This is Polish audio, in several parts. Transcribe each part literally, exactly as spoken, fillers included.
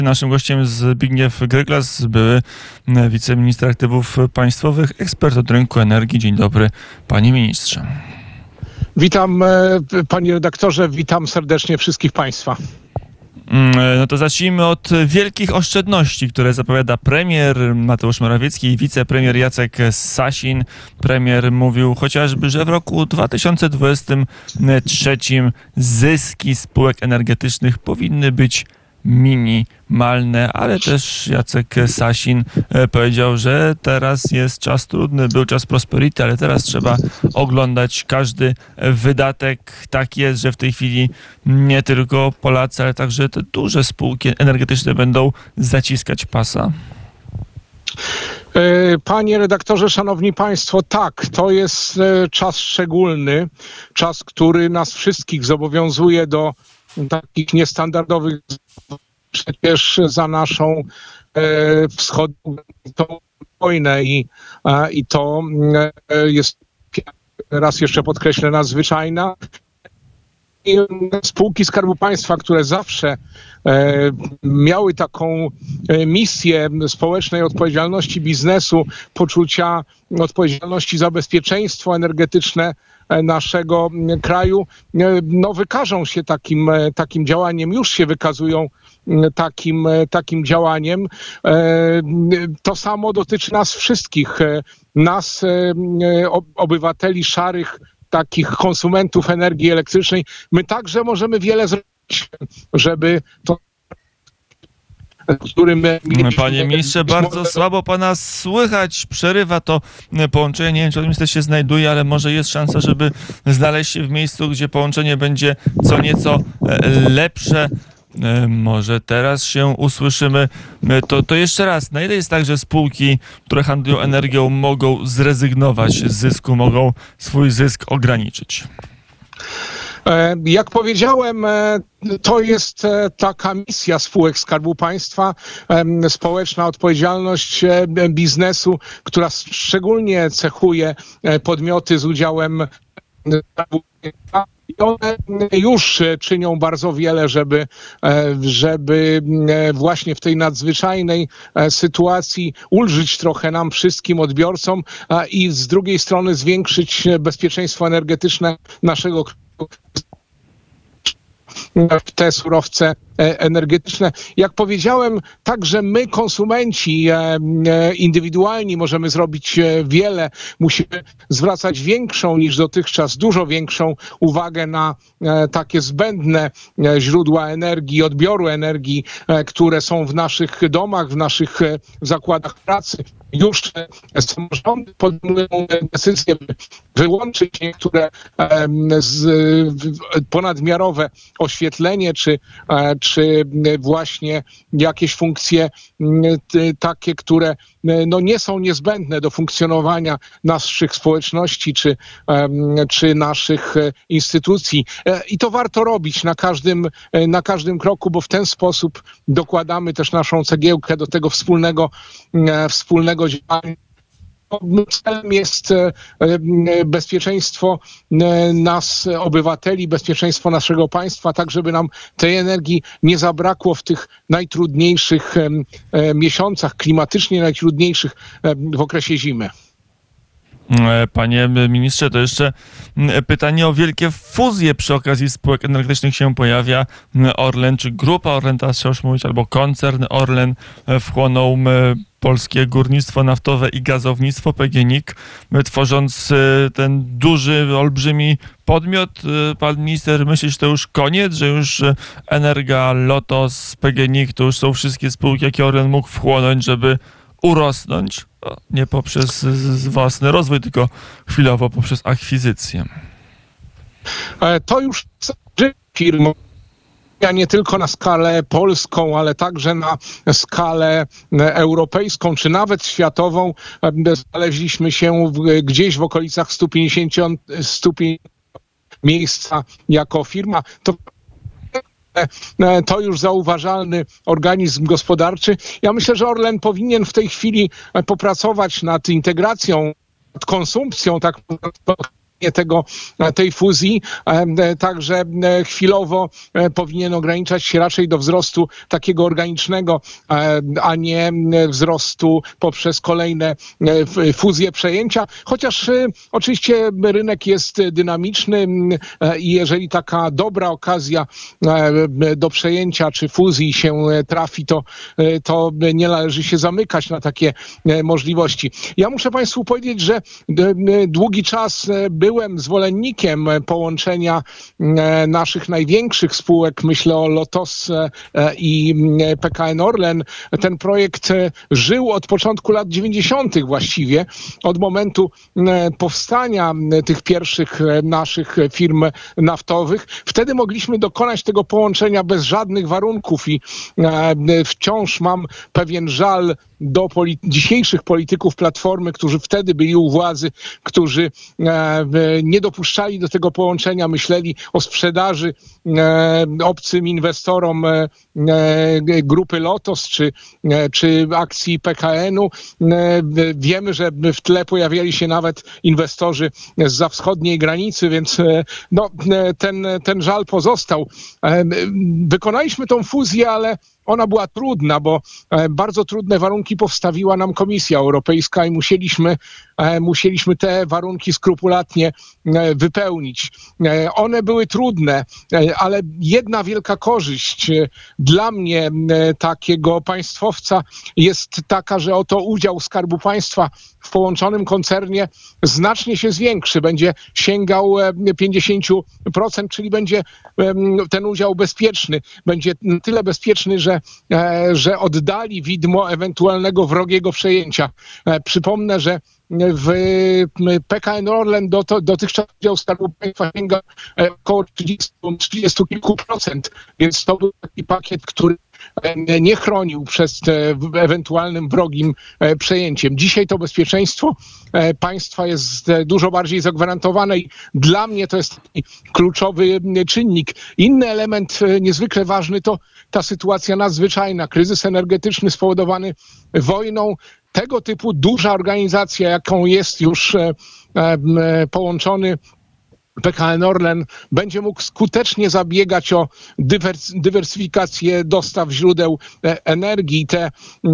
Naszym gościem jest Zbigniew Gryglas, były wiceminister aktywów państwowych, ekspert od rynku energii. Dzień dobry, panie ministrze. Witam, panie redaktorze, witam serdecznie wszystkich państwa. No to zacznijmy od wielkich oszczędności, które zapowiada premier Mateusz Morawiecki i wicepremier Jacek Sasin. Premier mówił chociażby, że w roku dwa tysiące dwudziestym trzecim zyski spółek energetycznych powinny być minimalne, ale też Jacek Sasin powiedział, że teraz jest czas trudny, był czas prosperity, ale teraz trzeba oglądać każdy wydatek. Tak jest, że w tej chwili nie tylko Polacy, ale także te duże spółki energetyczne będą zaciskać pasa. Panie redaktorze, szanowni państwo, tak, to jest czas szczególny, czas, który nas wszystkich zobowiązuje do takich niestandardowych, przecież za naszą e, wschodnią wojnę i, e, i to e, jest, raz jeszcze podkreślę, nadzwyczajna. I spółki Skarbu Państwa, które zawsze e, miały taką e, misję społecznej odpowiedzialności biznesu, poczucia odpowiedzialności za bezpieczeństwo energetyczne naszego kraju, no wykażą się takim, takim działaniem, już się wykazują takim, takim działaniem. To samo dotyczy nas wszystkich, nas, obywateli szarych, takich konsumentów energii elektrycznej. My także możemy wiele zrobić, żeby to, którym... Panie ministrze, bardzo słabo pana słychać, przerywa to połączenie. Nie wiem, czy pan minister się znajduje, ale może jest szansa, żeby znaleźć się w miejscu, gdzie połączenie będzie co nieco lepsze. Może teraz się usłyszymy. To, to jeszcze raz, na ile jest tak, że spółki, które handlują energią, mogą zrezygnować z zysku, mogą swój zysk ograniczyć? Jak powiedziałem, to jest taka misja spółek Skarbu Państwa, społeczna odpowiedzialność biznesu, która szczególnie cechuje podmioty z udziałem Skarbu Państwa. I one już czynią bardzo wiele, żeby, żeby właśnie w tej nadzwyczajnej sytuacji ulżyć trochę nam wszystkim odbiorcom i z drugiej strony zwiększyć bezpieczeństwo energetyczne naszego kraju, w te surowce energetyczne. Jak powiedziałem, także my, konsumenci indywidualni, możemy zrobić wiele. Musimy zwracać większą niż dotychczas, dużo większą uwagę na takie zbędne źródła energii, odbioru energii, które są w naszych domach, w naszych zakładach pracy. Już samorządy podejmują decyzję, by wyłączyć niektóre z, ponadmiarowe oświetlenie, czy, czy właśnie jakieś funkcje takie, które no nie są niezbędne do funkcjonowania naszych społeczności, czy, czy naszych instytucji. I to warto robić na każdym, na każdym kroku, bo w ten sposób dokładamy też naszą cegiełkę do tego wspólnego, wspólnego działania. Celem jest bezpieczeństwo nas, obywateli, bezpieczeństwo naszego państwa, tak żeby nam tej energii nie zabrakło w tych najtrudniejszych miesiącach, klimatycznie najtrudniejszych w okresie zimy. Panie ministrze, to jeszcze pytanie o wielkie fuzje przy okazji spółek energetycznych się pojawia. Orlen czy Grupa Orlen, teraz trzeba już mówić, albo koncern Orlen wchłonął polskie górnictwo naftowe i gazownictwo P G N I K, tworząc ten duży, olbrzymi podmiot. Pan minister myśli, że to już koniec, że już Energa, Lotos, P G N I K to już są wszystkie spółki, jakie Orlen mógł wchłonąć, żeby urosnąć, nie poprzez własny rozwój, tylko chwilowo poprzez akwizycję. To już firmy, nie tylko na skalę polską, ale także na skalę europejską, czy nawet światową. Znaleźliśmy się w, gdzieś w okolicach stu pięćdziesięciu miejsca jako firma. To To już zauważalny organizm gospodarczy. Ja myślę, że Orlen powinien w tej chwili popracować nad integracją, nad konsumpcją tak tego, tej fuzji, także chwilowo powinien ograniczać się raczej do wzrostu takiego organicznego, a nie wzrostu poprzez kolejne fuzje, przejęcia. Chociaż oczywiście rynek jest dynamiczny i jeżeli taka dobra okazja do przejęcia czy fuzji się trafi, to, to nie należy się zamykać na takie możliwości. Ja muszę Państwu powiedzieć, że długi czas byłem zwolennikiem połączenia naszych największych spółek, myślę o Lotos i P K N Orlen. Ten projekt żył od początku lat dziewięćdziesiątych właściwie, od momentu powstania tych pierwszych naszych firm naftowych. Wtedy mogliśmy dokonać tego połączenia bez żadnych warunków i wciąż mam pewien żal do poli- dzisiejszych polityków Platformy, którzy wtedy byli u władzy, którzy e, nie dopuszczali do tego połączenia, myśleli o sprzedaży e, obcym inwestorom e, grupy Lotos czy, e, czy akcji P K N-u. E, wiemy, że w tle pojawiali się nawet inwestorzy zza wschodniej granicy, więc e, no, ten, ten żal pozostał. E, wykonaliśmy tą fuzję, ale ona była trudna, bo bardzo trudne warunki powstawiła nam Komisja Europejska i musieliśmy, musieliśmy te warunki skrupulatnie wypełnić. One były trudne, ale jedna wielka korzyść dla mnie, takiego państwowca, jest taka, że oto udział Skarbu Państwa w połączonym koncernie znacznie się zwiększy. Będzie sięgał pięćdziesiąt procent, czyli będzie ten udział bezpieczny. Będzie tyle bezpieczny, że, że oddali widmo ewentualnego wrogiego przejęcia. Przypomnę, że w P K N Orlen do, to, dotychczas udział Skarbu Państwa sięga około trzydziestu kilku procent, więc to był taki pakiet, który nie chronił przed ewentualnym wrogim przejęciem. Dzisiaj to bezpieczeństwo państwa jest dużo bardziej zagwarantowane i dla mnie to jest taki kluczowy czynnik. Inny element niezwykle ważny to ta sytuacja nadzwyczajna, kryzys energetyczny spowodowany wojną. Tego typu duża organizacja, jaką jest już e, e, połączony P K N Orlen, będzie mógł skutecznie zabiegać o dywers, dywersyfikację dostaw źródeł energii. Te,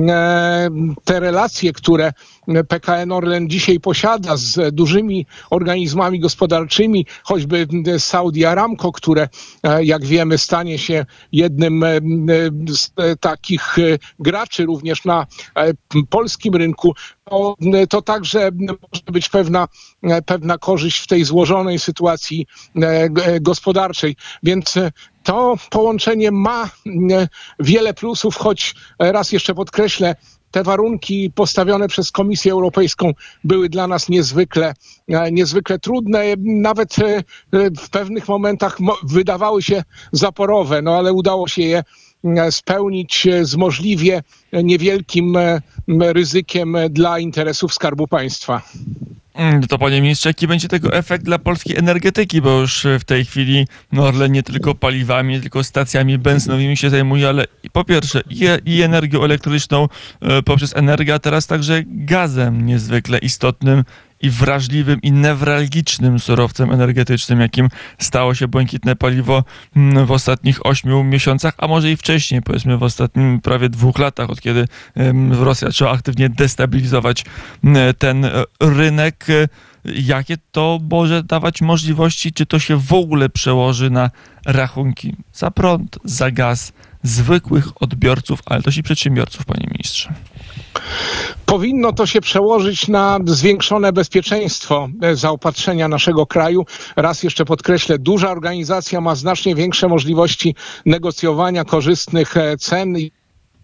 te relacje, które P K N Orlen dzisiaj posiada z dużymi organizmami gospodarczymi, choćby Saudi Aramco, które, jak wiemy, stanie się jednym z takich graczy również na polskim rynku, to, to także może być pewna, pewna korzyść w tej złożonej sytuacji gospodarczej. Więc to połączenie ma wiele plusów, choć raz jeszcze podkreślę, te warunki postawione przez Komisję Europejską były dla nas niezwykle, niezwykle trudne. Nawet w pewnych momentach wydawały się zaporowe, no ale udało się je spełnić z możliwie niewielkim ryzykiem dla interesów Skarbu Państwa. To panie ministrze, jaki będzie tego efekt dla polskiej energetyki, bo już w tej chwili no, Orlen nie tylko paliwami, nie tylko stacjami benzynowymi się zajmuje, ale po pierwsze i, i energią elektryczną e, poprzez energię, a teraz także gazem niezwykle istotnym i wrażliwym i newralgicznym surowcem energetycznym, jakim stało się błękitne paliwo w ostatnich ośmiu miesiącach, a może i wcześniej, powiedzmy w ostatnim prawie dwóch latach, od kiedy Rosja zaczęła aktywnie destabilizować ten rynek. Jakie to może dawać możliwości, czy to się w ogóle przełoży na rachunki za prąd, za gaz zwykłych odbiorców, ale też i przedsiębiorców, panie ministrze? Powinno to się przełożyć na zwiększone bezpieczeństwo zaopatrzenia naszego kraju. Raz jeszcze podkreślę, duża organizacja ma znacznie większe możliwości negocjowania korzystnych cen. I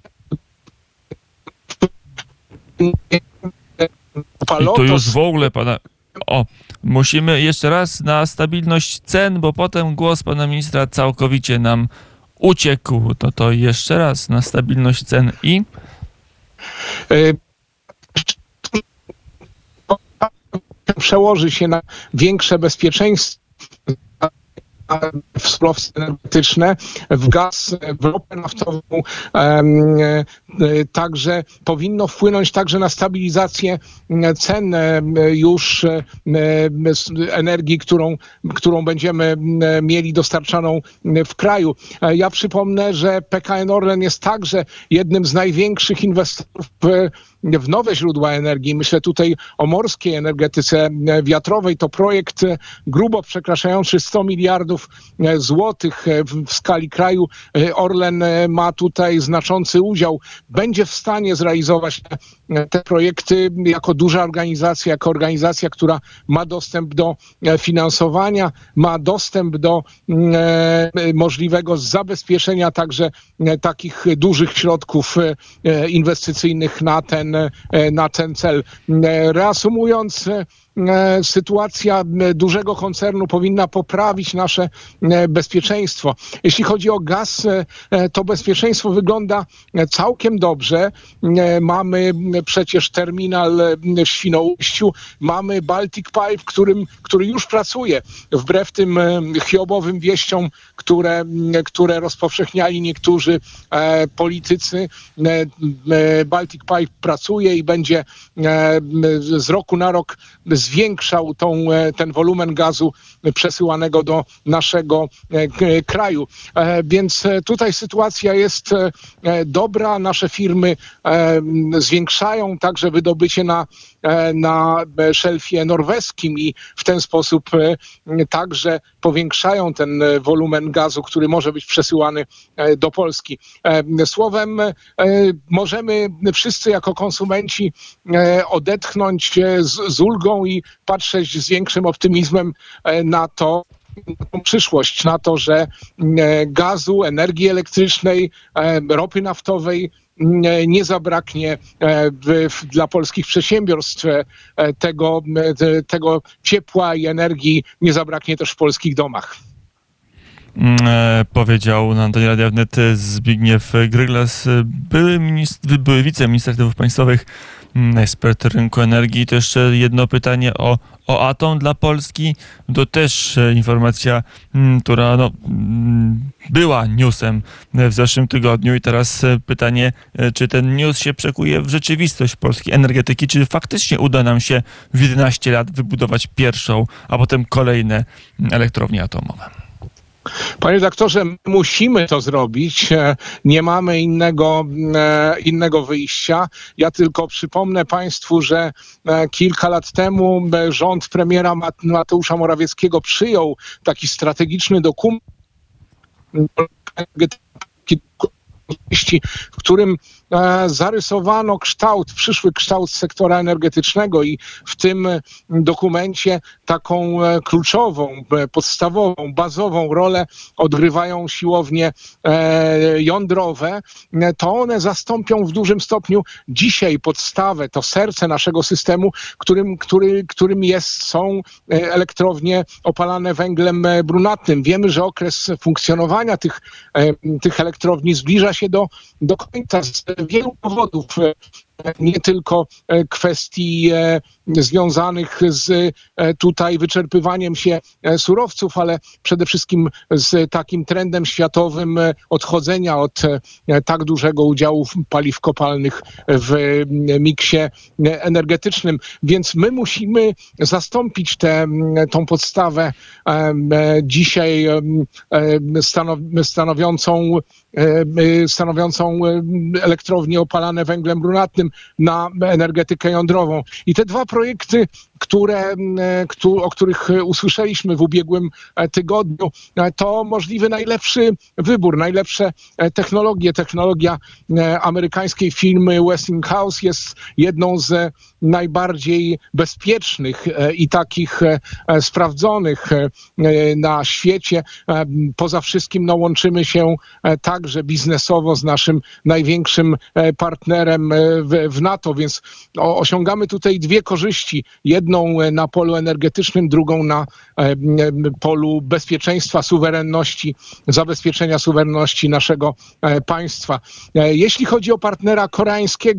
tu już w ogóle pana... O, musimy jeszcze raz na stabilność cen, bo potem głos pana ministra całkowicie nam uciekł. To to jeszcze raz na stabilność cen i... Przełoży się na większe bezpieczeństwo w surowce energetyczne, w gaz, w ropę naftową, także powinno wpłynąć także na stabilizację cen już energii, którą, którą będziemy mieli dostarczaną w kraju. Ja przypomnę, że P K N Orlen jest także jednym z największych inwestorów w, w nowe źródła energii. Myślę tutaj o morskiej energetyce wiatrowej. To projekt grubo przekraczający sto miliardów złotych w, w skali kraju. Orlen ma tutaj znaczący udział. Będzie w stanie zrealizować te, te projekty jako duża organizacja, jako organizacja, która ma dostęp do finansowania, ma dostęp do e, możliwego zabezpieczenia także e, takich dużych środków e, inwestycyjnych na ten, e, na ten cel. E, reasumując, e, sytuacja dużego koncernu powinna poprawić nasze bezpieczeństwo. Jeśli chodzi o gaz, to bezpieczeństwo wygląda całkiem dobrze. Mamy przecież terminal w Świnoujściu, mamy Baltic Pipe, którym, który już pracuje. Wbrew tym chiobowym wieściom, które, które rozpowszechniali niektórzy politycy, Baltic Pipe pracuje i będzie z roku na rok zwiększał tą, ten wolumen gazu przesyłanego do naszego kraju. Więc tutaj sytuacja jest dobra. Nasze firmy zwiększają także wydobycie na, na szelfie norweskim i w ten sposób także powiększają ten wolumen gazu, który może być przesyłany do Polski. Słowem, możemy wszyscy jako konsumenci odetchnąć z, z ulgą i patrzeć z większym optymizmem na to, na tą przyszłość, na to, że gazu, energii elektrycznej, ropy naftowej nie zabraknie w, w, dla polskich przedsiębiorstw tego, tego ciepła i energii, nie zabraknie też w polskich domach. E, powiedział na antenie Radia Wnet Zbigniew Gryglas, były, ministr, były wiceminister aktywów państwowych, ekspert rynku energii. To jeszcze jedno pytanie o, o atom dla Polski. To też informacja, która no, była newsem w zeszłym tygodniu i teraz pytanie, czy ten news się przekuje w rzeczywistość polskiej energetyki, czy faktycznie uda nam się w jedenaście lat wybudować pierwszą, a potem kolejne elektrownie atomowe. Panie redaktorze, musimy to zrobić. Nie mamy innego, innego wyjścia. Ja tylko przypomnę Państwu, że kilka lat temu rząd premiera Mateusza Morawieckiego przyjął taki strategiczny dokument, w którym zarysowano kształt, przyszły kształt sektora energetycznego i w tym dokumencie taką kluczową, podstawową, bazową rolę odgrywają siłownie jądrowe. To one zastąpią w dużym stopniu dzisiaj podstawę, to serce naszego systemu, którym, który, którym jest, są elektrownie opalane węglem brunatnym. Wiemy, że okres funkcjonowania tych, tych elektrowni zbliża się do, do końca z wielu powodów, nie tylko kwestii związanych z tutaj wyczerpywaniem się surowców, ale przede wszystkim z takim trendem światowym odchodzenia od tak dużego udziału paliw kopalnych w miksie energetycznym. Więc my musimy zastąpić tę tą podstawę dzisiaj stanow- stanowiącą stanowiącą elektrownie opalane węglem brunatnym na energetykę jądrową. I te dwa projekty, które, o których usłyszeliśmy w ubiegłym tygodniu, to możliwy najlepszy wybór, najlepsze technologie. Technologia amerykańskiej firmy Westinghouse jest jedną z najbardziej bezpiecznych i takich sprawdzonych na świecie. Poza wszystkim no, łączymy się także biznesowo z naszym największym partnerem w, w NATO, więc o, osiągamy tutaj dwie korzyści. Jedną na polu energetycznym, drugą na e, polu bezpieczeństwa, suwerenności, zabezpieczenia suwerenności naszego e, państwa. E, jeśli chodzi o partnera koreańskiego,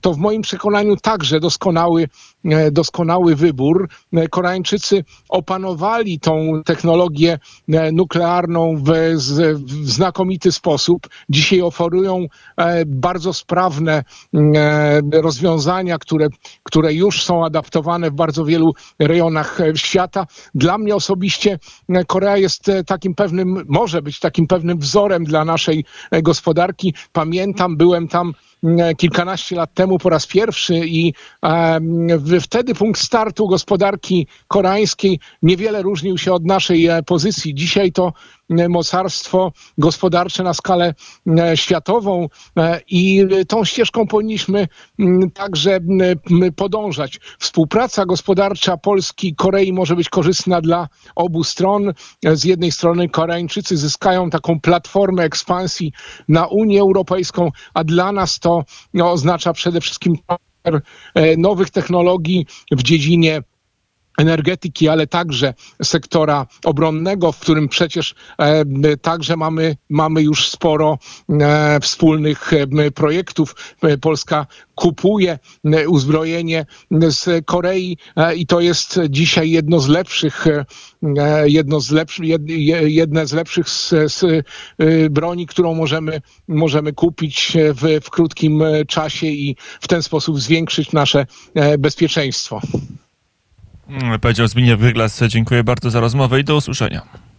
to w moim przekonaniu także doskonały, doskonały wybór. Koreańczycy opanowali tą technologię nuklearną w, w znakomity sposób. Dzisiaj oferują bardzo sprawne rozwiązania, które, które już są adaptowane w bardzo wielu rejonach świata. Dla mnie osobiście Korea jest takim pewnym, może być takim pewnym wzorem dla naszej gospodarki. Pamiętam, byłem tam kilkanaście lat temu po raz pierwszy i e, wtedy punkt startu gospodarki koreańskiej niewiele różnił się od naszej e, pozycji. Dzisiaj to e, mocarstwo gospodarcze na skalę e, światową e, i tą ścieżką powinniśmy m, także m, podążać. Współpraca gospodarcza Polski i Korei może być korzystna dla obu stron. Z jednej strony Koreańczycy zyskają taką platformę ekspansji na Unię Europejską, a dla nas to no, oznacza przede wszystkim nowych technologii w dziedzinie energetyki, ale także sektora obronnego, w którym przecież e, także mamy, mamy już sporo e, wspólnych e, projektów. Polska kupuje e, uzbrojenie z Korei e, i to jest dzisiaj jedno z lepszych, e, jedno z lepszych, jed, jedne z lepszych z, z, e, broni, którą możemy, możemy kupić w, w krótkim czasie i w ten sposób zwiększyć nasze e, bezpieczeństwo. Powiedział Zbigniew Wyglas. Dziękuję bardzo za rozmowę i do usłyszenia.